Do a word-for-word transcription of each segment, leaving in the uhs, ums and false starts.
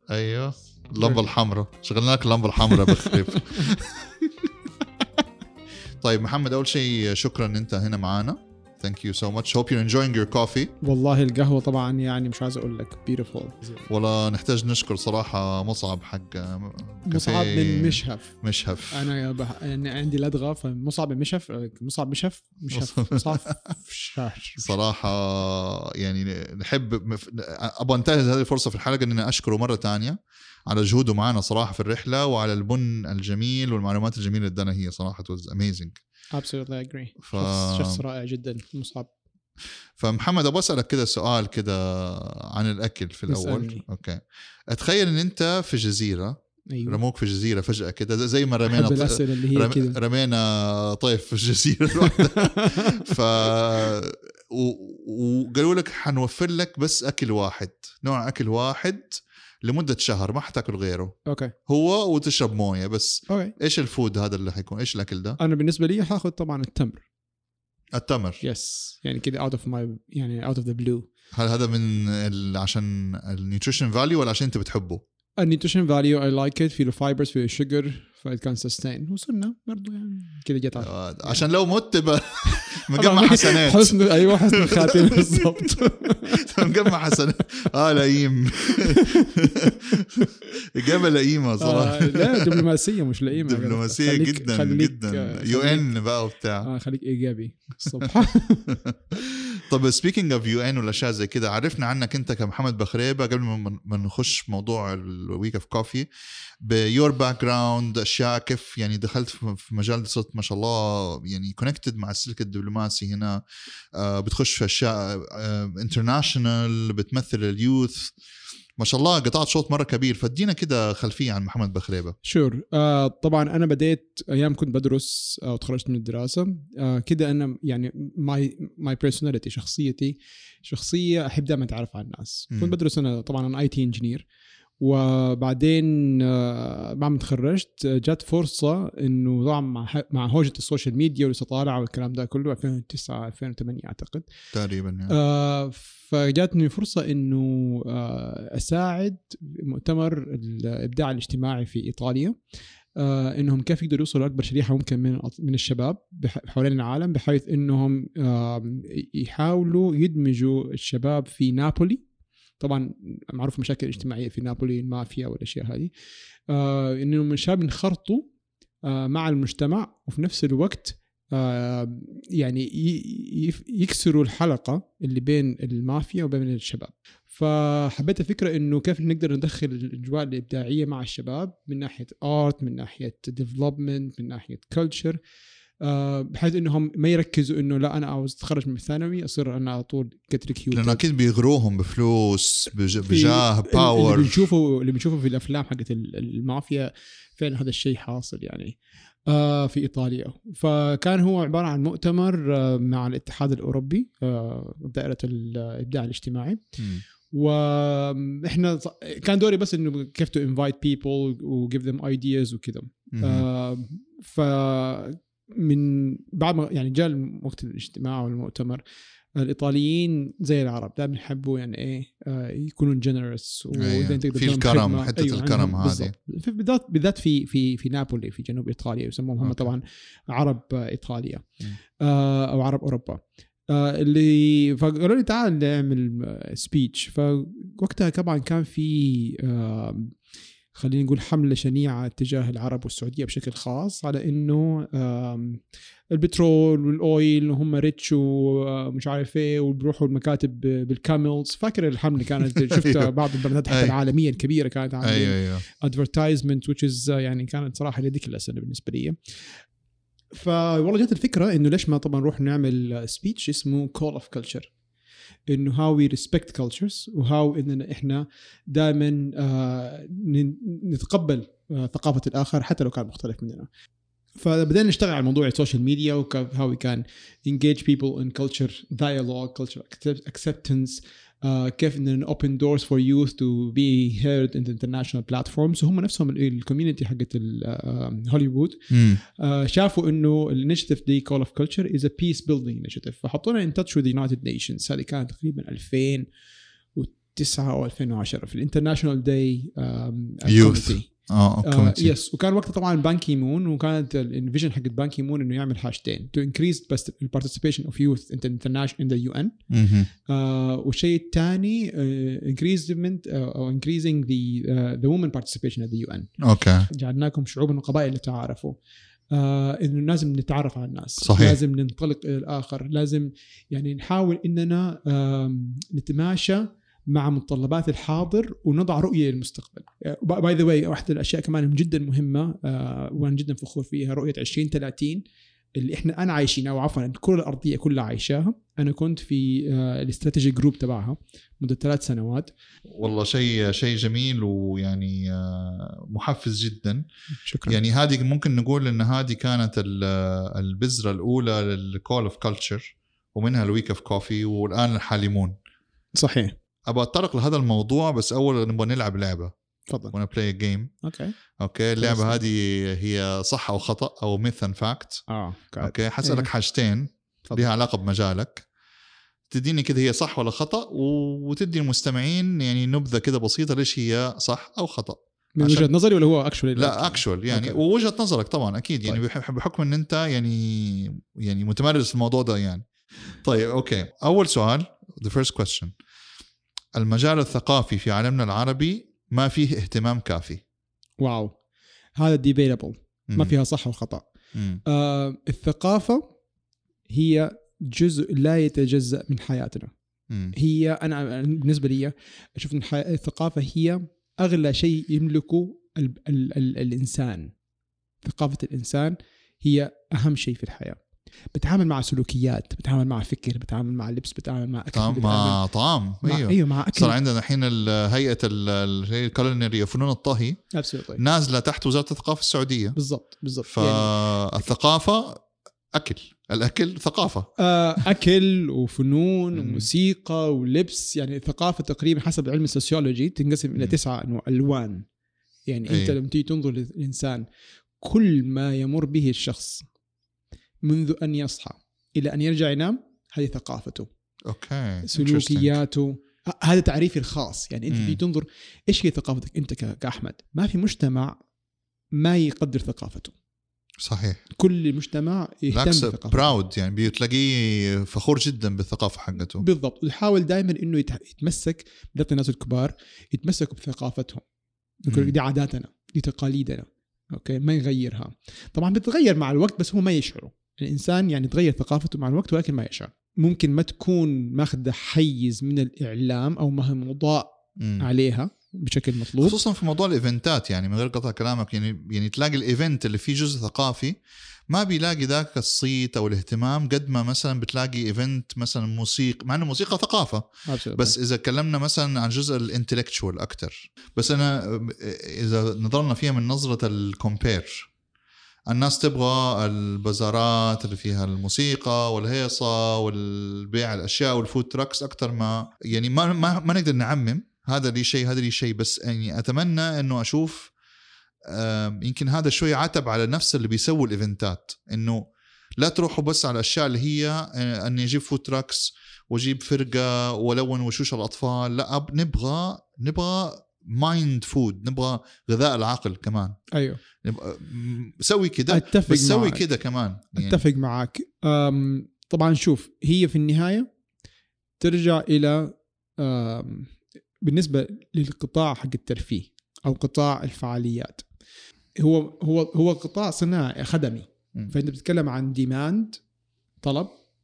ايوه اللمبه الحمراء، شغلنا لك اللمبه الحمراء بخريف. طيب محمد، اول شيء شكرا ان انت هنا معانا. Thank you so much. Hope you're enjoying your coffee. والله القهوة طبعا يعني مش عايز أقول لك beautiful. ولا نحتاج نشكر صراحة مصعب حق مصعب بن مشهف. مشهف. أنا بح... يعني عندي لدغة فمصعب بن مشهف. مصعب مشهف مشهف مصعب شاش. صراحة يعني نحب أبغى انتهز هذه الفرصة في الحلقة إن أنا أشكره مرة تانية على جهوده معنا صراحة في الرحلة، وعلى البن الجميل والمعلومات الجميلة اللي ادانا هي صراحة was amazing. Absolutely agree. ف... شخص رائع جدا مصعب. فمحمد أبغى أسألك كده سؤال كده عن الأكل في الأول. يسألني. أوكي. أتخيل إن أنت في جزيرة. أيوة. رموك في جزيرة فجأة كده زي ما رمينا ط... اللي هي رم... رمينا طيف في الجزيرة الواحدة. ف و... وقالوا لك حنوفر لك بس أكل واحد، نوع أكل واحد لمدة شهر ما حتاكل غيره. أوكي. هو وتشرب موية بس. أوكي. إيش الفود هذا اللي حيكون؟ إيش الأكل ده؟ أنا بالنسبة لي هاخد طبعا التمر. التمر. يس يعني كده out of my يعني out of the blue. هل هذا من ال... عشان النيوتريشن فاليو ولا عشان أنت بتحبه؟ النيوتريشن فاليو I like it. فيه فايبرز فيه sugar فإت كان sustain. وصلنا برضو يعني كده جت آه عشان لو مت ب... مجمع حسنات. حسن أيوة حسن خاتم بالضبط. مجمع حسنات. آه لئيم. إجابة لئيمة صراحة. آه لا دبلوماسية مش لئيمة. دبلوماسية خليك جدا خليك جدا. يو إن بقى وبتاع. آه خليك إيجابي الصبح. طب speaking of يو إن ولا شيء زي كده، عرفنا عنك أنت كمحمد بخريبة قبل ما نخش موضوع الويك اوف كوفي، بيور باك جراوند، أشياء كيف يعني دخلت في مجال صرت ما شاء الله يعني كونكتد مع السلك الدبلوماسي هنا. آه بتخش في أشياء انترناشنال، آه بتمثل اليوث ما شاء الله، قطعت شوط مرة كبير. فدينا كده خلفية عن محمد بخريبة. شور. آه طبعا أنا بديت أيام كنت بدرس أو تخرجت من الدراسة. آه كده أنا يعني my my personality شخصيتي شخصية أحب دائما أتعرف على الناس. م. كنت بدرس أنا طبعا أنا آي تي إنجينير، وبعدين آه بعد ما تخرجت جات فرصة إنه طبعا مع مع هوجة السوشيال ميديا والاستطالة والكلام ده كله ألفين وتسعة ألفين وثمانية أعتقد تقريبا يعني. آه فجاتني فرصة إنه آه أساعد مؤتمر الإبداع الاجتماعي في إيطاليا، آه إنهم كيف يقدروا يوصلوا أكبر شريحة ممكن من من الشباب حوالين العالم، بحيث إنهم آه يحاولوا يدمجوا الشباب في نابولي. طبعا معروف مشاكل اجتماعية في نابولي، المافيا والأشياء هذه، آه إنهم الشباب ينخرطوا آه مع المجتمع، وفي نفس الوقت آه يعني يكسروا الحلقة اللي بين المافيا وبين الشباب. فحبيت الفكرة إنه كيف نقدر ندخل الأجواء الإبداعية مع الشباب من ناحية آرت، من ناحية ديفلوبمنت، من ناحية كلتشر، أه بحيث انهم ما يركزوا انه لا انا عاوز اتخرج من الثانوي اصير انا على طول كت ريكيوت، لانه اكيد بيغروهم بفلوس بجاه باور. اللي بنشوفه اللي بنشوفه في الافلام حقت المافيا فعلا هذا الشيء حاصل يعني آه في ايطاليا. فكان هو عباره عن مؤتمر آه مع الاتحاد الاوروبي، آه دائره الابداع الاجتماعي. م. واحنا كان دوري بس انه كيف تو انفايت بيبل وجيف ذيم ايدياز وكذا. آه ف من بعد ما يعني جاء وقت الاجتماع والمؤتمر، الإيطاليين زي العرب دائما يحبوا يعني إيه آه يكونون جنرس في الكرم، حتى أيوة الكرم هذه بالذات بالذات في في في نابولي في جنوب إيطاليا يسموهم هم طبعا عرب إيطاليا آه أو عرب أوروبا. آه اللي فقالوا لي تعال نعمل سبيتش. فوقتها طبعا كان في آه خلينا نقول حملة شنيعة تجاه العرب والسعودية بشكل خاص، على إنه البترول والأويل وهم ريتش ومش عارف إيه، وبروحوا المكاتب بالكاملز. فاكر الحملة كانت شفت بعض البراندات حتى العالمية الكبيرة كانت عاملين advertisement which is يعني كانت صراحة ridiculous بالنسبة لي. فوالله جات الفكرة إنه ليش ما طبعا نروح نعمل سبيتش اسمه Call of Culture، إنه how we respect cultures وهاو إننا إحنا دائما آه نتقبل آه ثقافة الآخر حتى لو كان مختلف مننا. فبدأنا نشتغل على موضوع السوشيال ميديا وكيف how we can engage people in culture dialogue, cultural acceptance، آه كيف إننا open doors for youth to be heard in the international platforms. وهم نفسهم الكوميونتي حقت هوليوود آه شافوا إنه الانيشيتيف دي Call of Culture is a peace building initiative، فحطونا in touch with the United Nations. هذه كانت تقريبا ألفين وتسعة أو ألفين وعشرة في الانترناشونال داي يوث اه آه يس. وكان وقتها طبعا بان كي مون، وكانت الفيجن حق بان كي مون انه يعمل حاجتين: to increase participation of youth in the international in the يو إن آه والشيء الثاني uh, increasement uh, او increasing the uh, the women participation at the يو إن. اوكي جعلناكم شعوبا وقبائل لتعارفوا. آه انه لازم نتعرف على الناس، صحيح. لازم ننطلق الى الاخر، لازم يعني نحاول اننا آه نتماشى مع متطلبات الحاضر ونضع رؤية للمستقبل. باي ذا واي واحدة الأشياء كمان جدا مهمة آه وأنا جدا فخور فيها، رؤية عشرين ثلاثين اللي إحنا أنا عايشينها، أو عفوا الكرة الأرضية كلها عايشاها. أنا كنت في آه الاستراتيجي جروب تبعها مدة ثلاث سنوات. والله شيء شيء جميل ويعني آه محفز جدا. شكرا. يعني هذه ممكن نقول إن هذه كانت البذرة الأولى للكول اوف كلتشر، ومنها الويك اوف كوفي، والآن الحاليمون. صحيح. أبغى أتطرق لهذا الموضوع، بس أول نبغى نلعب لعبة. تفضل. وانا بلاي جيم. اوكي اوكي اللعبه هذه هي صح او خطا او ميث اند فاكت. اه اوكي حسألك إيه. حاجتين لها علاقه بمجالك، تديني كده هي صح ولا خطا، وتدي المستمعين يعني نبذه كده بسيطه ليش هي صح او خطا من وجهه نظري ولا هو اكشولي؟ لا اكشوال يعني. أوكي. ووجهه نظرك طبعا اكيد يعني. طيب. بحكم ان انت يعني يعني متمرس في الموضوع ده يعني. طيب اوكي اول سؤال the first question: المجال الثقافي في عالمنا العربي ما فيه اهتمام كافي. واو هذا ديبيتابل، ما فيها صح وخطأ. آه الثقافة هي جزء لا يتجزأ من حياتنا. مم. هي أنا بالنسبة لي أشوف أن الثقافة هي أغلى شيء يملكه ال ال ال الإنسان. ثقافة الإنسان هي أهم شيء في الحياة. بتعامل مع سلوكيات، بتعامل مع فكر، بتعامل مع لبس، بتعامل مع أكل، مع طعام. ايوه ايوه مع اكل. صار عندنا الحين هيئه الكولينري فنون الطهي نازله تحت وزاره الثقافه السعوديه. بالضبط بالضبط. فالثقافه يعني اكل، الاكل ثقافه. اكل وفنون وموسيقى ولبس. يعني الثقافه تقريبا حسب علم السوسيولوجي تنقسم الى تسعة انواع الوان. يعني انت لما تيجي تنظر للانسان، كل ما يمر به الشخص منذ أن يصحى إلى أن يرجع ينام هذه ثقافته. أوكي. سلوكياته. هذا تعريفي الخاص. يعني أنت في تنظر إيش هي ثقافتك أنت كأحمد. ما في مجتمع ما يقدر ثقافته. صحيح. كل مجتمع يهتم بثقافته. براود يعني بتلاقيه فخور جدا بالثقافة حقته. بالضبط. ويحاول دائما إنه يتمسك بالذات الناس الكبار يتمسكوا بثقافتهم. دي عاداتنا، دي تقاليدنا. أوكي ما يغيرها. طبعا بتتغير مع الوقت بس هو ما يشعره. الإنسان يعني تغير ثقافته مع الوقت ولكن ما يشعر. ممكن ما تكون ماخذة حيز من الإعلام أو ما هي مضاء عليها بشكل مطلوب، خصوصا في موضوع الإيفنتات. يعني من غير قطع كلامك يعني يعني تلاقي الإيفنت اللي فيه جزء ثقافي ما بيلاقي ذاك الصيت أو الاهتمام قد ما مثلا بتلاقي إيفنت مثلا موسيقى، مع إنه موسيقى ثقافة بس إذا كلمنا مثلا عن جزء الانتلكتشوال أكتر. بس أنا إذا نظرنا فيها من نظرة الكومبير، الناس تبغى البازارات اللي فيها الموسيقى والهيصة والبيع الأشياء والفود تراكس أكتر ما يعني ما ما, ما نقدر نعمم. هذا لي شيء هذا لي شيء بس يعني أتمنى إنه أشوف يمكن هذا شوي عتب على نفس اللي بيسووا الإيفنتات، إنه لا تروحوا بس على الأشياء اللي هي أن يجيب فود تراكس وجيب فرقة ولون وشوش الأطفال. لا نبغى نبغى مايند فود، نبغى غذاء العقل كمان. أيوه سوي كده بس سوي كده كمان يعني. أتفق معك. طبعا شوف هي في النهاية ترجع إلى بالنسبة للقطاع حق الترفيه أو قطاع الفعاليات، هو هو هو قطاع صناعي خدمي. م. فأنت بتتكلم عن ديماند طلب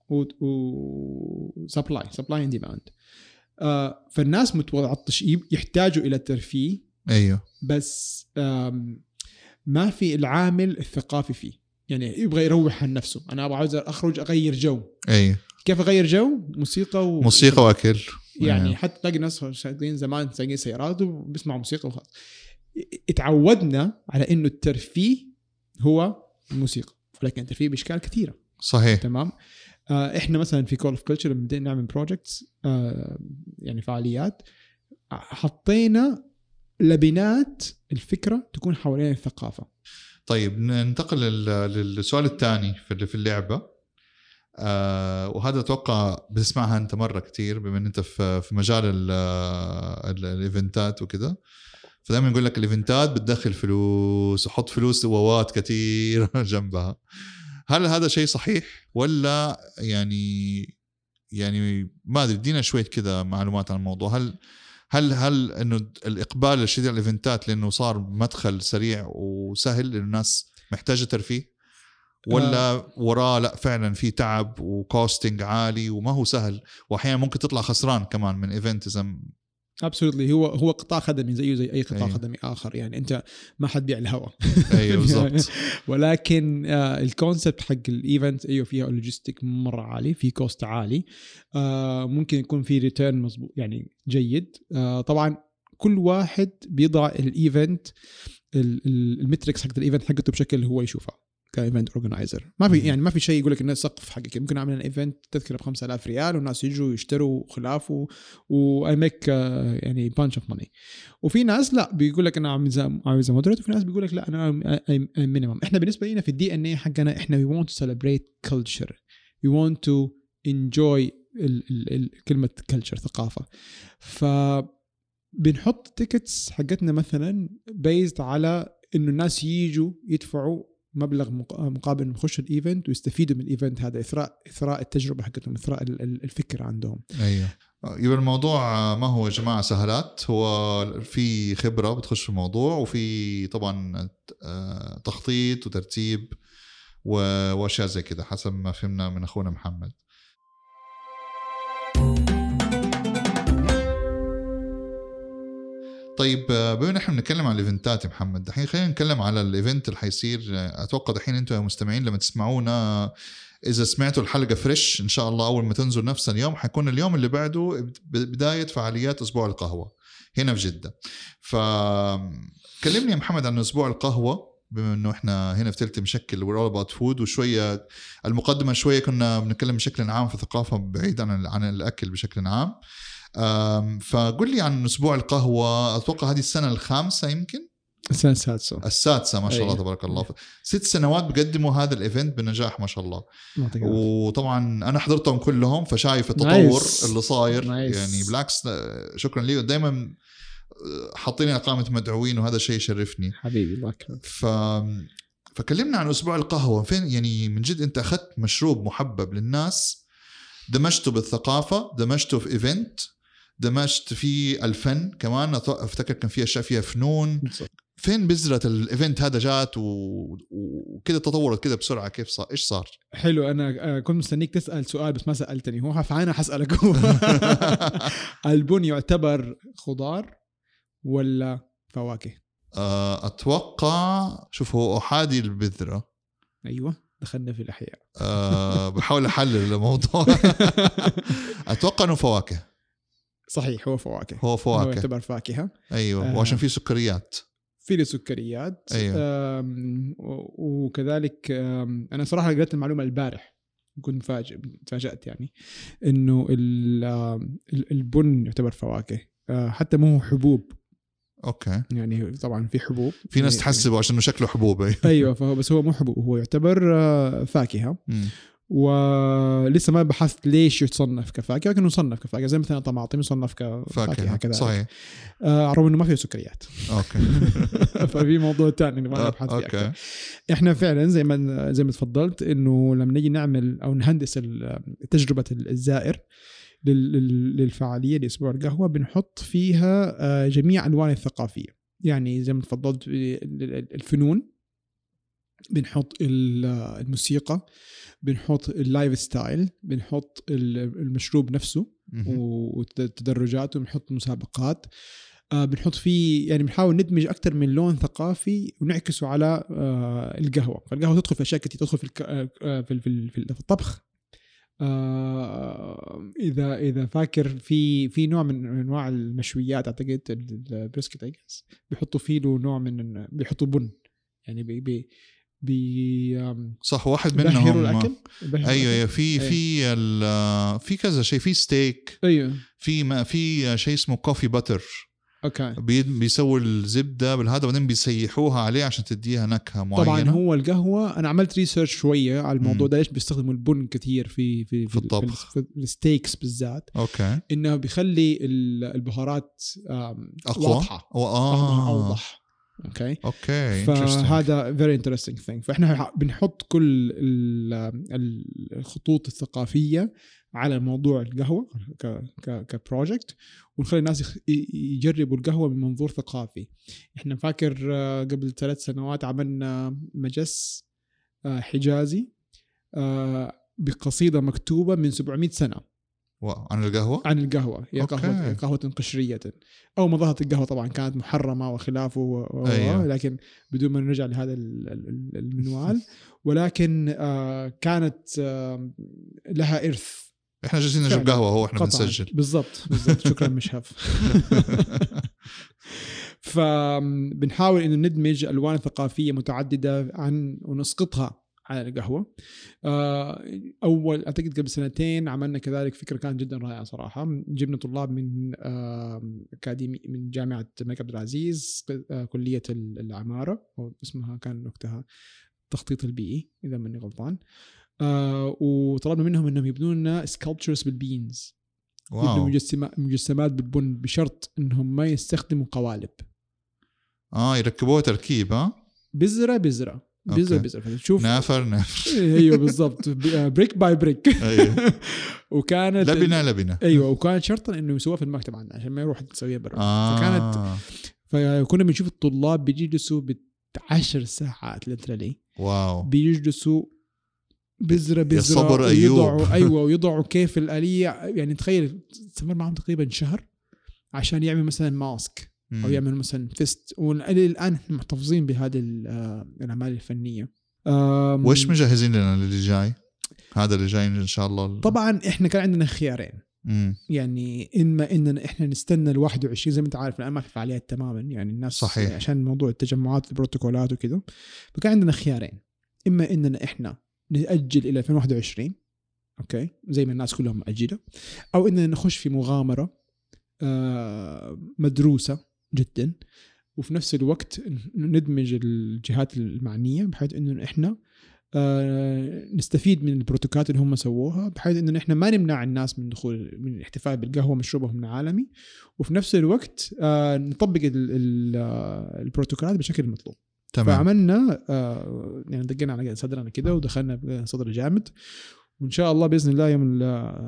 و سبلاي سبلاي اند ديماند. آه فالناس متعطش يحتاجوا إلى الترفيه. أيوه بس ما في العامل الثقافي فيه. يعني يبغى يروح عن نفسه. أنا أبغى عاوز أخرج أغير جو. أيوه كيف أغير جو؟ موسيقى و... موسيقى وأكل. يعني أيوه. حتى تلاقي ناس شغالين زمان سايقين سيارات وبيسمعوا موسيقى وخلاص. اتعودنا على إنه الترفيه هو الموسيقى، ولكن الترفيه بأشكال كثيرة. صحيح. تمام. آه إحنا مثلا في كول اوف كلتشر لما بدينا نعمل بروجكتس آه يعني فعاليات، حطينا لبنات الفكرة تكون حوالين الثقافة. طيب ننتقل للسؤال الثاني في اللعبة. آه وهذا اتوقع بتسمعها انت مره كتير بما ان انت في في مجال الايفنتات وكده. فدائما يقول لك الايفنتات بتدخل فلوس وحط فلوس ووات كتير جنبها. هل هذا شيء صحيح ولا يعني يعني ما ادري ادينا شويه كده معلومات عن الموضوع. هل هل هل انه الاقبال الشديد على الايفنتات لانه صار مدخل سريع وسهل للناس محتاجه ترفيه، ولا آه. وراه لا فعلا في تعب وكوستنج عالي وما هو سهل واحيانا ممكن تطلع خسران كمان من ايفنت اذا absolutely هو هو قطاع خدمي زيه زي اي قطاع أيوه. خدمي اخر يعني انت ما حد بيع الهواء. ايوه بالضبط. ولكن آه الكونسبت حق الايفنت ايوه فيها لوجيستيك مره عالي، في كوست عالي، آه ممكن يكون في ريتيرن مظبوط يعني جيد. آه طبعا كل واحد بيضع الايفنت المتركس حق الايفنت حقته بشكل هو يشوفها كايفنت اورجنايزر. ما في يعني ما في شيء يقول لك الناس سقف حقك. ممكن اعمل ايفنت تذكره ب خمسة آلاف ريال والناس يجوا يشتروا خلافه واي ميك يعني بانش اوف ماني. وفي ناس لا بيقول لك انا عاوز عاوز مودريت، وفي ناس بيقول لك لا انا مينيمم. احنا بالنسبه لنا في الدي ان اي حقنا احنا we want to celebrate culture, we want to enjoy ال ال ال كلمه culture ثقافه. ف بنحط تيكتس حقتنا مثلا بيزد على انه الناس ييجوا يدفعوا مبلغ مقابل يخشوا الايفنت ويستفيدوا من الايفنت هذا، اثراء اثراء التجربه حقتهم، اثراء الفكره عندهم. ايوه يبقى الموضوع ما هو يا جماعه سهلات، هو في خبره بتخش في الموضوع وفي طبعا تخطيط وترتيب واشياء زي كده حسب ما فهمنا من اخونا محمد. طيب بما ان احنا بنتكلم عن الايفنتات يا محمد، الحين خلينا نتكلم على الايفنت اللي حيصير. اتوقع الحين انتم يا مستمعين لما تسمعونا اذا سمعتوا الحلقه فريش ان شاء الله اول ما تنزل نفس اليوم حيكون اليوم اللي بعده بدايه فعاليات اسبوع القهوه هنا في جده. فكلمني يا محمد عن اسبوع القهوه بما انه احنا هنا في تلت مشكل we're all about food، وشويه المقدمه شويه كنا بنتكلم بشكل عام في ثقافه بعيد عن عن الاكل بشكل عام. فقل لي عن أسبوع القهوة. أتوقع هذه السنة الخامسة يمكن السنة السادسة السادسة ما شاء الله. أيه. تبارك الله. أيه. ست سنوات بقدموا هذا الإيفنت بنجاح ما شاء الله. وطبعا أنا حضرتهم كلهم فشايف التطور nice. اللي صاير nice. يعني بالعكس شكرا لي. دايما حاطيني أقامة مدعوين وهذا شيء يشرفني حبيبي الله يكرمك. ف... فكلمنا عن أسبوع القهوة. فين يعني من جد أنت أخذت مشروب محبب للناس دمجته بالثقافة، دمجته في إيفنت، دمجت في الفن كمان. افتكر كان في اشياء فيها فنون. فين بذرة الايفنت هذا جات وكذا تطورت كذا بسرعه؟ كيف صار؟ ايش صار؟ حلو. انا كنت مستنيك تسال سؤال بس ما سالتني هو، فانا حسالك هو. البن يعتبر خضار ولا فواكه؟ اتوقع شوف هو احادي البذره. ايوه دخلنا في الاحياء. أه بحاول احلل الموضوع. اتوقع انه فواكه. صحيح هو فواكه. هو فواكه هو يعتبر فاكهة. أيوة آه وعشان فيه سكريات. فيه سكريات. أيوة. وكذلك أنا صراحة قرأت المعلومة البارح كنت مفاجئ تفاجأت يعني إنه البن يعتبر فواكه حتى مو حبوب. أوكي. يعني طبعا في حبوب في ناس تحسبه عشان شكله حبوب. أيوة فهو بس هو مو حبوب، هو يعتبر فاكهة. م. ولسه ما بحثت ليش يتصنف كفاكهه، لكنه يصنف كفاكهه زي مثلا طماطم يصنف كفاكهه كذا. صحيح. آه رغم انه ما فيه سكريات. اوكي. ففي موضوع ثاني ما نبحث فيه اكثر. احنا فعلا زي ما زي ما تفضلت انه لما نيجي نعمل او نهندس تجربه الزائر للفعاليه لاسبوع القهوه بنحط فيها جميع انواع الثقافيه. يعني زي ما تفضلت الفنون، بنحط الموسيقى، بنحط اللايف ستايل، بنحط المشروب نفسه وتدرجاته، بنحط مسابقات، بنحط فيه يعني بنحاول ندمج أكتر من لون ثقافي ونعكسه على القهوة. فالقهوة تدخل في أشياء كتير، تدخل في في في الطبخ. إذا إذا فاكر في في نوع من أنواع المشويات أعتقد البريسكت أيجاز بيحطوا فيه له نوع من بيحطوا بن يعني بي بي بي صح واحد منهم. الأكل. ايوه ايوه في في في كذا شيء، في ستيك. ايوه في ما في شيء اسمه كوفي باتر. اوكي بي بيسووا الزبده بالهذا وبعدين بيسيحوها عليه عشان تديها نكهه معينه. طبعا هو القهوه انا عملت ريسيرش شويه على الموضوع مم. ده، ليش بيستخدموا البن كثير في في في الطبخ. في, في الستيكس بالذات. اوكي انه بيخلي البهارات اقوى واضحه آه. اوضح. اوكي اوكي فهذا very interesting thing. فاحنا بنحط كل الخطوط الثقافيه على موضوع القهوه كبروجكت، ونخلي الناس يجربوا القهوه من منظور ثقافي. احنا فاكر قبل ثلاث سنوات عملنا مجس حجازي بقصيده مكتوبه من سبعمائة سنه عن القهوة عن القهوة هي قهوة قهوة قشرية. أو ما ظهرت القهوة طبعا كانت محرمة وخلافه و... أيوه. لكن بدون ما نرجع لهذا المنوال، ولكن آه كانت آه لها إرث. إحنا جالسين نجيب قهوة هو إحنا بنسجل بالضبط بالضبط. شكرا مشهف. فبنحاول إنه ندمج ألوان ثقافية متعددة عن ونسقطها على القهوة. أول أعتقد قبل سنتين عملنا كذلك فكرة كانت جدا رائعة صراحة. جبنا طلاب من أكاديمي من جامعة الملك عبد العزيز كلية العمارة أو اسمها كان وقتها التخطيط البيئي إذا ماني غلطان، وطلبنا منهم أنهم يبنون لنا سكالبتشرز بالبينز، يبنوا مجسمات بالبن بشرط أنهم ما يستخدموا قوالب. آه يركبوها تركيب ها بذرة بذرة بيزر بيزر فتشوف نافر نافر. ايوه بالضبط بريك باي بريك. ايوه وكانت لبنه لبنه. ايوه وكانت شرطا انه يسووها في المكتب عندنا عشان ما يروح تسويها برا. آه. فكانت فكنا بنشوف الطلاب بيجلسوا بعشر ساعات لترالي. واو بيجلسوا بذره بذره ويضعوا ايوه ويضعوا كيف الآلية. يعني تخيل استمر معهم تقريبا شهر عشان يعمل مثلا ماسك أو يعمل مثلا فيست. والآن احنا محتفظين بهذه الأعمال الفنية. وش مجهزين لنا اللي جاي؟ هذا اللي جاي إن شاء الله. طبعا احنا كان عندنا خيارين. مم. يعني إما إننا إحنا نستنى الواحد وعشرين زي ما أنت عارف الآن ما في فعاليات تماما يعني الناس صحيح. عشان موضوع التجمعات البروتوكولات وكذا. فكان عندنا خيارين، إما إننا إحنا نأجل إلى ألفين وواحد وعشرين أوكي زي ما الناس كلهم مأجلة، أو إننا نخش في مغامرة مدروسة جدا وفي نفس الوقت ندمج الجهات المعنية بحيث إنه إحنا نستفيد من البروتوكولات اللي هم سووها، بحيث إنه إحنا ما نمنع الناس من دخول من الاحتفال بالقهوة مشروبهم العالمي، وفي نفس الوقت نطبق البروتوكولات بشكل مطلوب. تمام. فعملنا يعني دقنا على صدرنا كده ودخلنا بصدر جامد، وإن شاء الله بإذن الله يوم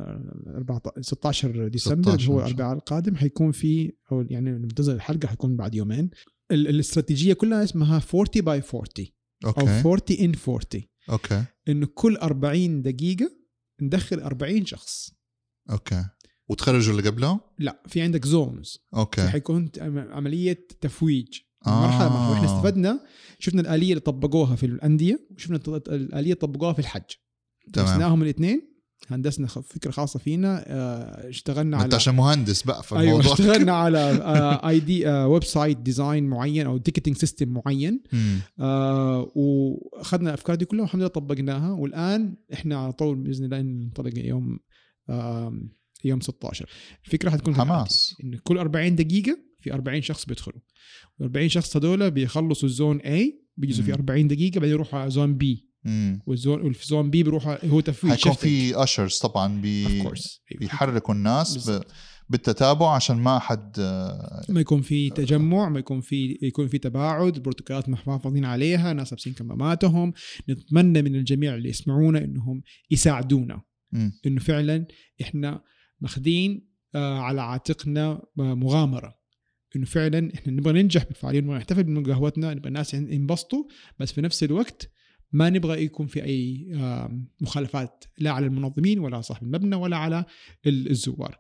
ستة عشر ديسمبر هو الأربعاء القادم حيكون في أو يعني منتظر الحلقة حيكون بعد يومين. الاستراتيجية كلها اسمها أربعين باي أربعين أوكي. أو أربعين إن أربعين أوكي. إنه كل أربعين دقيقة ندخل أربعين شخص. أوكي. وتخرجوا اللي قبله؟ لا في عندك زونز. أوكي. حيكون عملية تفويج. آه. مرحلة مرحلة. وإحنا استفدنا شفنا الآلية اللي طبقوها في الأندية وشفنا الآلية اللي طبقوها في الحج. درسناهم الاثنين، هندسنا فكرة خاصة فينا. اه اشتغلنا على عشان مهندس بقى في أيوة الموضوع. اشتغلنا على اه اي دي اه ويب سايت ديزاين معين او تيكتينج سيستم معين. اه واخذنا الافكار دي كلها والحمد لله طبقناها، والان احنا على طول باذن الله ننطلق يوم اه يوم ستة عشر. الفكرة هتكون حماس ان كل أربعين دقيقة في أربعين شخص بيدخلوا، وأربعين شخص هذول بيخلصوا الزون A بيجلسوا في أربعين دقيقة بعدين يروحوا على زون B. مم. والزون والزون بي بيروح هو تفويض. حيكون في أشرز طبعا بي بيحركوا الناس ب... بالتتابع عشان ما حد ما يكون في تجمع، ما يكون في يكون في تباعد. البروتوكولات محافظين عليها، ناس لابسين كماماتهم. نتمنى من الجميع اللي يسمعونا انهم يساعدونا. م. انه فعلا احنا ماخذين على عاتقنا مغامرة، انه فعلا احنا نبغى ننجح بالفعالية ونحتفل بقهوتنا، نبغى الناس ينبسطوا، بس في نفس الوقت ما نبغى يكون في أي مخالفات لا على المنظمين ولا صاحب المبنى ولا على الزوار.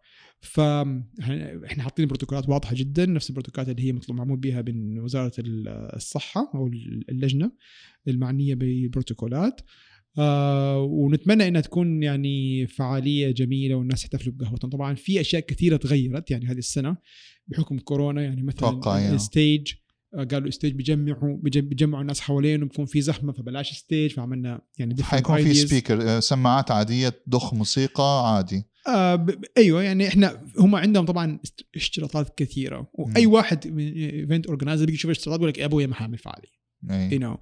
فإحنا حاطين بروتوكولات واضحة جدا، نفس البروتوكولات اللي هي مطلوب معمول بها من وزارة الصحة أو اللجنة المعنية بالبروتوكولات. ونتمنى أنها تكون يعني فعالية جميلة والناس يحتفلوا بقهوتهم. طبعا في أشياء كثيرة تغيرت يعني هذه السنة بحكم كورونا، يعني مثلا الستيج قالوا ستيج بيجمعوا بيجمعوا الناس حوالينه بيكون في زحمه فبلاش ستيج، فعملنا يعني حيكون في سبيكر سماعات عاديه تضخ موسيقى عادي. آه ب... ايوه يعني احنا هم عندهم طبعا اشتراطات كثيره، واي م. واحد من ايفنت اورجنايزر بيجي يشوف الاشتراطات يقول لك يا ابويا ما حامل فعاليه. أي. you know.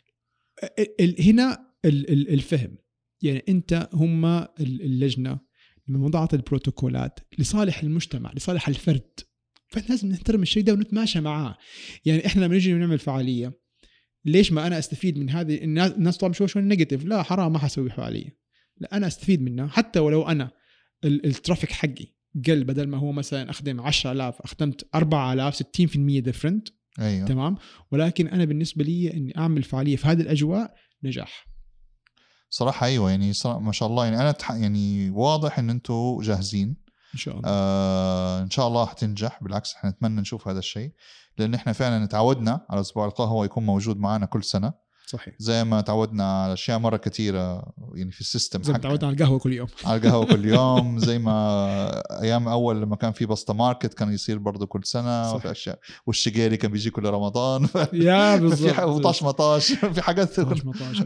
هنا الفهم، يعني انت هم اللجنه لما وضعت البروتوكولات لصالح المجتمع لصالح الفرد، فلازم نحترم الشيء ده ونتماشى معاه. يعني احنا لما نيجي نعمل فعاليه، ليش ما انا استفيد من هذه الناس؟ الناس طبعا شوي شوي نيجاتيف، لا حرام ما حسوي فعاليه، لا انا استفيد منها. حتى ولو انا الترافيك حقي قل، بدل ما هو مثلا اخدم عشرة آلاف اخدمت أربعة آلاف، ستين بالمية ديفرنت. أيوه. تمام. ولكن انا بالنسبه لي اني اعمل فعاليه في هذه الاجواء نجاح صراحه. ايوه يعني صراحة ما شاء الله، يعني انا تح... يعني واضح ان انتم جاهزين ان شاء الله. آه ان شاء الله حتنجح. بالعكس احنا نتمنى نشوف هذا الشيء، لان احنا فعلا تعودنا على اسبوع القهوه يكون موجود معنا كل سنه. صحيح. زي ما تعودنا على اشياء مره كثيره يعني في السيستم زي ما تعودنا على القهوه كل يوم على القهوه كل يوم. زي ما ايام اول لما كان في بسطه ماركت كان يصير برضه كل سنه. وفي اشياء، والشقيري كان بيجي كل رمضان ف... يا بالضبط. في وطاش مطاش في حاجات طاش مطاش.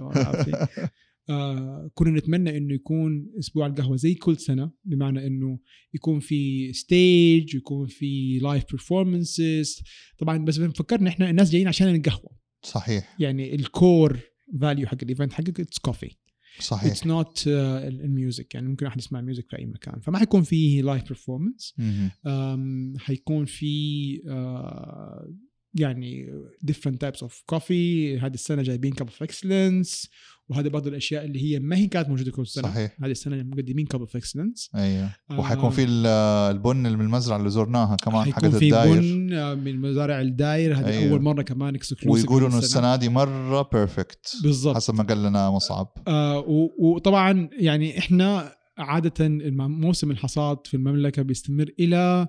آه كنا نتمنى انه يكون اسبوع القهوه زي كل سنه، بمعنى انه يكون في ستيج، يكون في لايف بيرفورمانسز طبعا، بس فكرنا احنا الناس جايين عشان القهوه. صحيح. يعني الكور فاليو حق الايفنت حقك اتس كوفي. صحيح. اتس نوت الميوزك، يعني ممكن احد يسمع ميوزك في اي مكان، فما حيكون فيه لايف بيرفورمانس. حيكون في uh, يعني different types of coffee. هذه السنه جايبين cup of excellence، وهذا بعض الاشياء اللي هي ما هي كانت موجوده كل سنه. صحيح. هذه السنه مقدمين cup of excellence. ايوه. وحيكون في البن اللي من المزرعه اللي زرناها كمان، حقت الداير. الداير. في بن من مزارع الداير، هذه أيوة. اول مره كمان اكسكلوسيف. ويقولوا انه السنه دي مره بيرفكت بالضبط حسب ما قال لنا مصعب. آه وطبعا يعني احنا عاده موسم الحصاد في المملكه بيستمر الى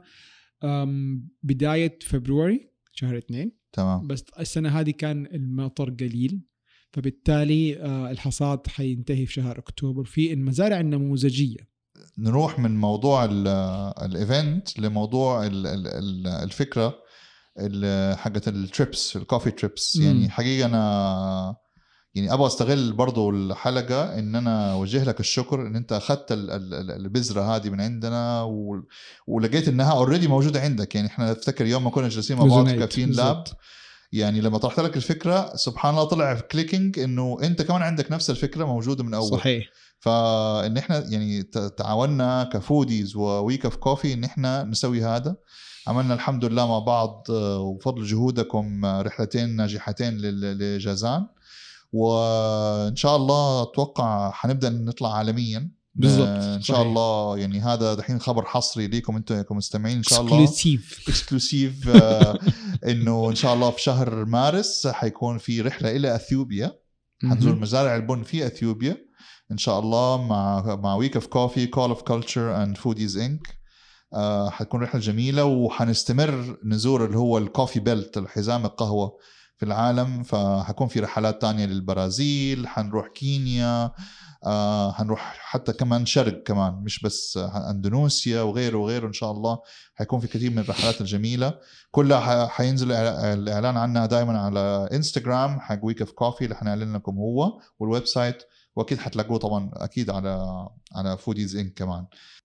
بدايه فبراير شهر اثنين. تمام. بس السنه هذه كان المطر قليل، فبالتالي آه الحصاد حينتهي في شهر اكتوبر في المزارع النموذجيه. نروح من موضوع الايفنت لموضوع ال ال الفكره حقت التريبس، الكوفي تريبس. يعني حقيقه انا يعني ابغى استغل برضو الحلقه ان انا اوجه لك الشكر ان انت اخذت البذره هذه من عندنا ولقيت انها اوريدي موجوده عندك. يعني احنا نفتكر يوم ما كنا جالسين مع بعض في كافين لاب، يعني لما طرحت لك الفكره سبحان الله طلع في كليكينج انه انت كمان عندك نفس الفكره موجوده من اول. صحيح. فان احنا يعني تعاوننا كفوديز وويك اوف كوفي ان احنا نسوي هذا. عملنا الحمد لله مع بعض وفضل جهودكم رحلتين ناجحتين لجازان، وان شاء الله اتوقع حنبدا نطلع عالميا بالضبط ان شاء صحيح. الله يعني هذا دحين خبر حصري ليكم انتم كمستمعين ان شاء الله، اكسكلوسيف اكسكلوسيف انه ان شاء الله في شهر مارس حيكون في رحله الى اثيوبيا، حنزور مزارع البن في اثيوبيا ان شاء الله مع مع ويك اوف كوفي، كول اوف كلتشر اند فوديز انك. حتكون رحله جميله، وحنستمر نزور اللي هو الكوفي بيلت، الحزام القهوه في العالم. فحكون في رحلات تانية للبرازيل، حنروح كينيا، آه حنروح حتى كمان شرق كمان، مش بس اندونيسيا وغيره وغيره. ان شاء الله حيكون في كثير من الرحلات الجميلة كلها حينزل الاعلان عنها دائما على انستغرام حق ويك اوف كوفي اللي حنعلن لكم هو، والويب سايت، واكيد حتلاقوه طبعا اكيد على على فوديز انك كمان.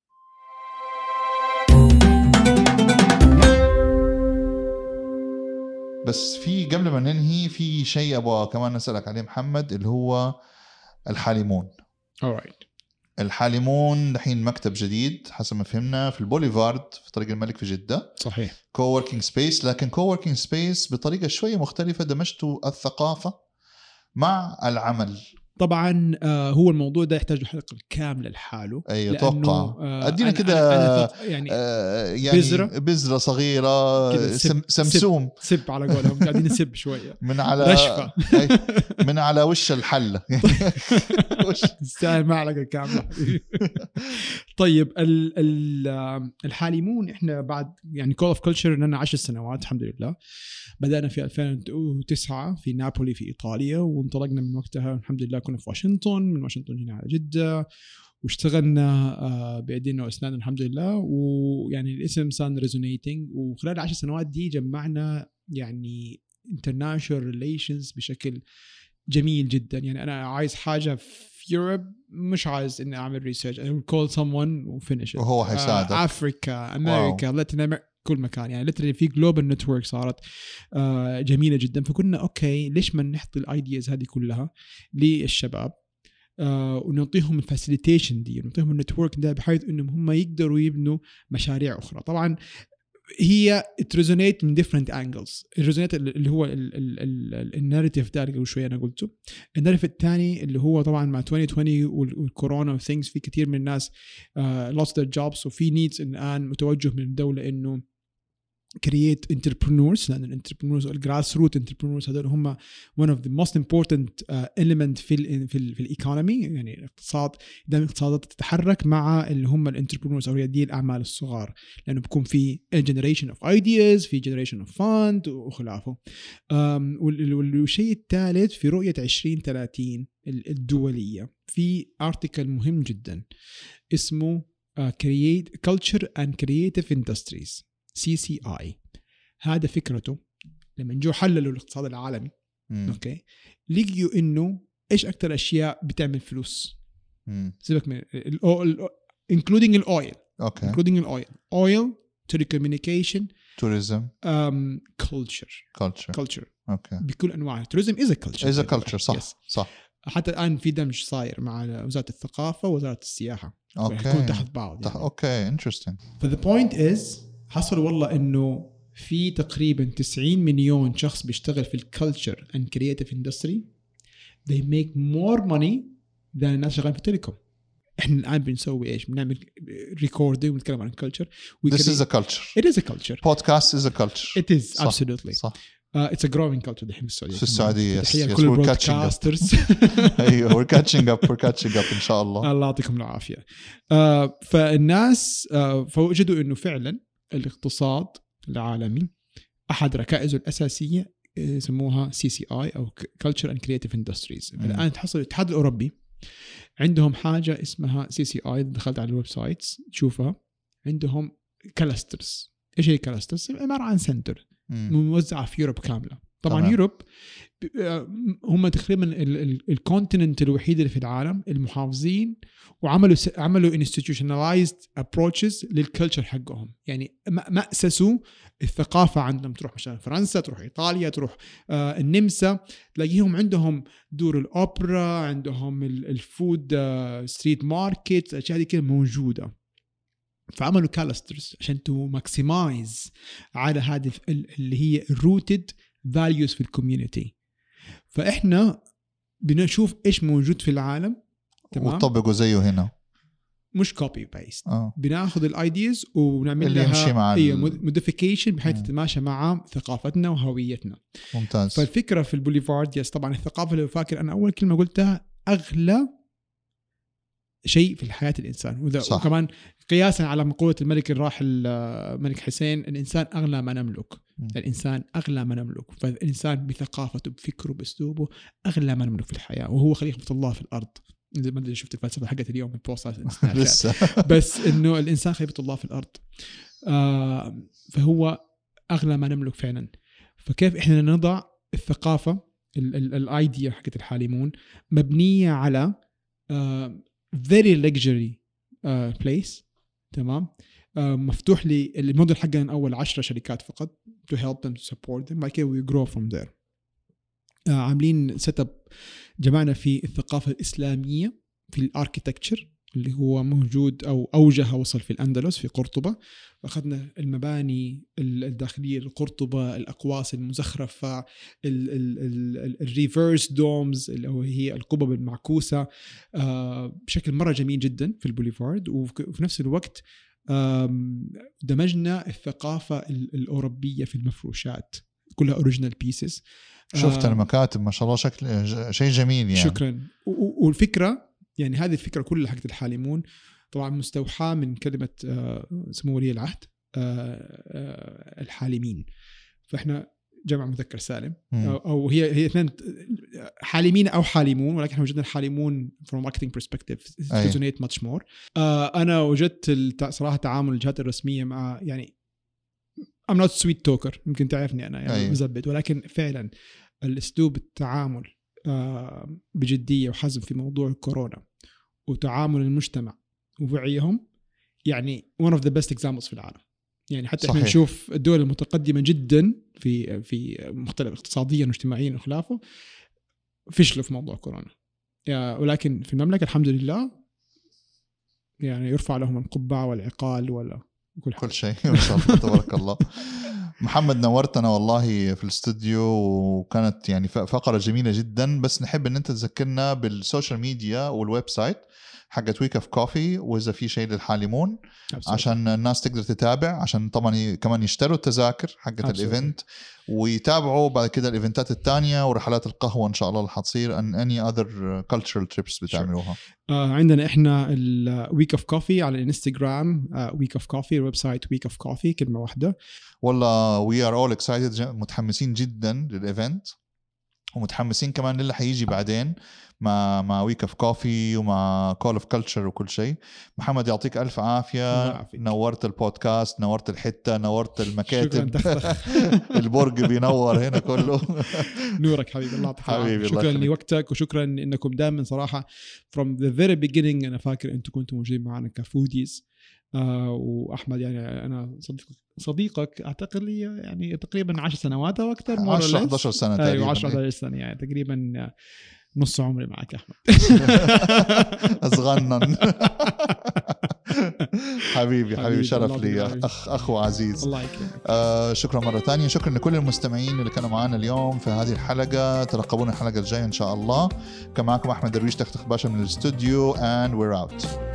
بس في قبل ما ننهي في شيء ابغى كمان نسألك عليه محمد، اللي هو الحاليمون. alright. الحاليمون دحين مكتب جديد حسب ما فهمنا في البوليفارد في طريق الملك في جدة. صحيح. كووركينج سبيس، لكن كووركينج سبيس بطريقة شوية مختلفة، دمجتوا الثقافة مع العمل. طبعا آه هو الموضوع ده يحتاج حلقة كاملة لحاله. اي اتوقع آه ادينا كده يعني آه يعني بذرة بذرة صغيرة سم سمسوم سب, سب على قولهم قاعدين نسب شوية من على رشفة من على وش الحلة وش تستاهل معلقة كاملة. طيب ال ال الحاليمون احنا بعد يعني كول اوف كلتشر لنا عشر سنوات الحمد لله. بدأنا في ألفين وتسعة في نابولي في إيطاليا، وانطلقنا من وقتها الحمد لله كنا في واشنطن، من واشنطن هنا على جدة، واشتغلنا بأيدينا وأسناننا الحمد لله. ويعني الاسم صار ريزونيتنج، وخلال العشر سنوات دي جمعنا يعني international relations بشكل جميل جدا. يعني أنا عايز حاجة في Europe مش عايز إني أعمل ريسيرش. I will call someone وfinish it. وهو حيساعدك. أفريقيا أمريكا لاتين أمريكا كل مكان يعني literally في global network صارت آه جميلة جدا. فكنا أوكي ليش ما نحط الأيدياز هذه كلها للشباب آه ونعطيهم الفاسيليتيشن دي نعطيهم النتورك ده بحيث إنهم هم يقدروا يبنوا مشاريع أخرى. طبعا هي تريزونيت من different angles. الريزونيت اللي هو الناريتيف ده اللي شويه انا قلته. الناريتيف الثاني اللي هو طبعا مع عشرين عشرين والكورونا وثينجز في كثير من الناس uh, lost their jobs وفي needs الان متوجه من الدوله انه create entrepreneurs. لأن الانتربرنورز الجراس روت entrepreneurs هذول هم one of the most important uh, element في ال في ال في الايكونومي. يعني الاقتصاد دائما الاقتصادات تتحرك مع اللي هم الانتربرنورز او ريادي الاعمال الصغار لانه بيكون في generation of ideas في generation of fund وخلافه. um, والشيء الثالث في رؤية عشرين ثلاثين الدولية في article مهم جدا اسمه uh, create culture and creative industries سي سي آي. هذا فكرته لما نجوا حللوا الاقتصاد العالمي مم. اوكي لقيوا انه ايش اكثر اشياء بتعمل فلوس. سيبك من ال including الاويل اوكي including الاويل oil telecommunication tourism um, culture culture culture اوكي بكل انواعها. tourism is a culture is a culture صح yes. صح. حتى الان في دمج صاير مع وزارة الثقافة ووزارة السياحة اوكي يكون تحت بعض تح... يعني. اوكي interesting. ف the point is حصل والله إنه في تقريبا تسعين مليون شخص بيشتغل في الكالتشر and creative industry. they make more money than الناس شغالين في التليكوم. إحنا الآن بنسوي إيش؟ بنعمل recording ونتكلم عن culture. This is a culture. It is a culture. Podcast is a culture. It is صح. absolutely. صح. Uh, it's a growing culture دحين في السعودية. في السعودية. Yes. تحية Yes. كل We're catching up. broadcasters. أيوة we're catching up. We're catching up إن شاء الله. الله يعطيكم العافية. uh, فالناس uh, فوجدوا إنه فعلا الاقتصاد العالمي أحد ركائزه الأساسية يسموها سي سي آي أو Culture and Creative Industries. الآن تحصل الاتحاد الأوروبي عندهم حاجة اسمها سي سي آي. دخلت على الويب سايت تشوفها عندهم كلاسترز. إيش هي كلاسترز؟ عبارة عن سنتر موزعة في يوروب كاملة. طبعا طبعا. يوروب هم تقريبا الكونتيننت الوحيد اللي في العالم المحافظين وعملوا عملوا institutionalized approaches للكلتشر حقهم. يعني ما أسسوا الثقافة عندهم. تروح مثلا فرنسا تروح إيطاليا تروح آه النمسا تلاقيهم عندهم دور الأوبرا عندهم الفود آه ستريت ماركت الأشياء دي كده موجودة. فعملوا كالسترز عشان تو ماكسمايز على هذه اللي هي rooted values في الكوميونتي. فإحنا بنشوف إيش موجود في العالم تمام وطبقوا زيه هنا مش copy paste. آه. بناخذ الايدياز ونعمل اللي لها مع اي modification بحيث تتماشى مع ثقافتنا وهويتنا. ممتاز. فالفكرة في البوليفارد يس طبعا الثقافة اللي فاكر أنا أول كلمة قلتها أغلى شيء في حياة الإنسان. وكمان قياسا على مقولة الملك الراحل الملك حسين الإنسان أغلى ما نملك. م. الإنسان أغلى ما نملك. فالإنسان بثقافته بفكره بأسلوبه أغلى ما نملك في الحياة وهو خليفة الله في الأرض. إذا ما أدري شفت الفلسفة حقت اليوم البوست بس إنه الإنسان خليفة الله في الأرض. آه فهو أغلى ما نملك فعلا. فكيف إحنا نضع الثقافة الأيديا حقت الحالمون مبنية على آه very luxury uh, place تمام uh, مفتوح لي الموديل حقنا أول عشرة شركات فقط to help them to support them بعد كده we grow from there. uh, عاملين سيت اب جمعنا في الثقافة الإسلامية في الاركيتكتشر اللي هو موجود أو أوجه وصل في الأندلس في قرطبة. أخذنا المباني الداخلية لقرطبة الأقواس المزخرفة الريفيرس دومز اللي هي القبب المعكوسة بشكل مرة جميل جدا في البوليفارد. وفي نفس الوقت دمجنا الثقافة الأوروبية في المفروشات كلها أوريجينال بيسز. شفت المكاتب ما شاء الله شكل شيء جميل يعني. شكرا. والفكرة يعني هذه الفكرة كلها حقت الحالمون طبعا مستوحاة من كلمة سمو ولي العهد الحالمين. فإحنا جمع مذكر سالم أو هي هي اثنين حالمين أو حالمون ولكن وجدنا الحالمون from marketing perspective resonate much more. أنا وجدت صراحة تعامل الجهات الرسمية مع يعني I'm not sweet talker ممكن تعرفني أنا يعني مزبط ولكن فعلا الأسلوب التعامل بجدية وحزم في موضوع الكورونا وتعامل المجتمع ووعيهم، يعني one of the best examples في العالم. يعني حتى صحيح. احنا نشوف الدول المتقدمة جدا في في مختلف اقتصاديا واجتماعيا وخلافه فشلوا في موضوع كورونا، ولكن في المملكة الحمد لله يعني يرفع لهم القبعة والعقال ولا كل, كل شيء ما شاء الله تبارك الله. محمد نورتنا والله في الاستوديو، وكانت يعني فقرة جميلة جدا. بس نحب ان انت تذكرنا بالسوشيال ميديا والويب سايت حقت ويك اوف كوفي، واذا في شيء للحالمون عشان الناس تقدر تتابع، عشان طبعا كمان يشتروا التذاكر حقت الايفنت ويتابعوا بعد كده الايفنتات الثانيه ورحلات القهوه ان شاء الله اللي حتصير ان اني اذر كلتشرال تريبس بتعملوها. آه عندنا احنا الويك اوف كوفي على الانستغرام، ويك اوف كوفي، الويب سايت ويك اوف كوفي كلمه واحده. والله وي ار اول اكسايتد، متحمسين جدا للايفنت ومتحمسين كمان للي حيجي بعدين مع مع ويك اوف كوفي ومع كول اوف كلتشر وكل شيء. محمد يعطيك الف عافيه، نورت البودكاست، نورت الحته، نورت المكاتب. البرج بينور هنا كله. نورك حبيبي، الله يحفظك. شكرا لوقتك وشكرا انكم دائما صراحه from the very beginning. انا فاكر انتم كنتوا موجودين معنا كفوديز، آه واحمد يعني انا صديق صديقك اعتقد لي يعني تقريبا عشر سنوات او اكثر، عشرة إحدى عشرة سنه تقريبا. ايوه عشرة إحدى عشرة سنه، يعني تقريبا نص عمري معك يا احمد. اصغنن. حبيبي حبيبي شرف لي، اخ اخو عزيز. الله يكرمك. آه شكرا مره ثانيه، شكرا لكل المستمعين اللي كانوا معنا اليوم في هذه الحلقه. ترقبونا الحلقه الجايه ان شاء الله. كان معكم احمد درويش تختخ باشا من الاستوديو and we're out.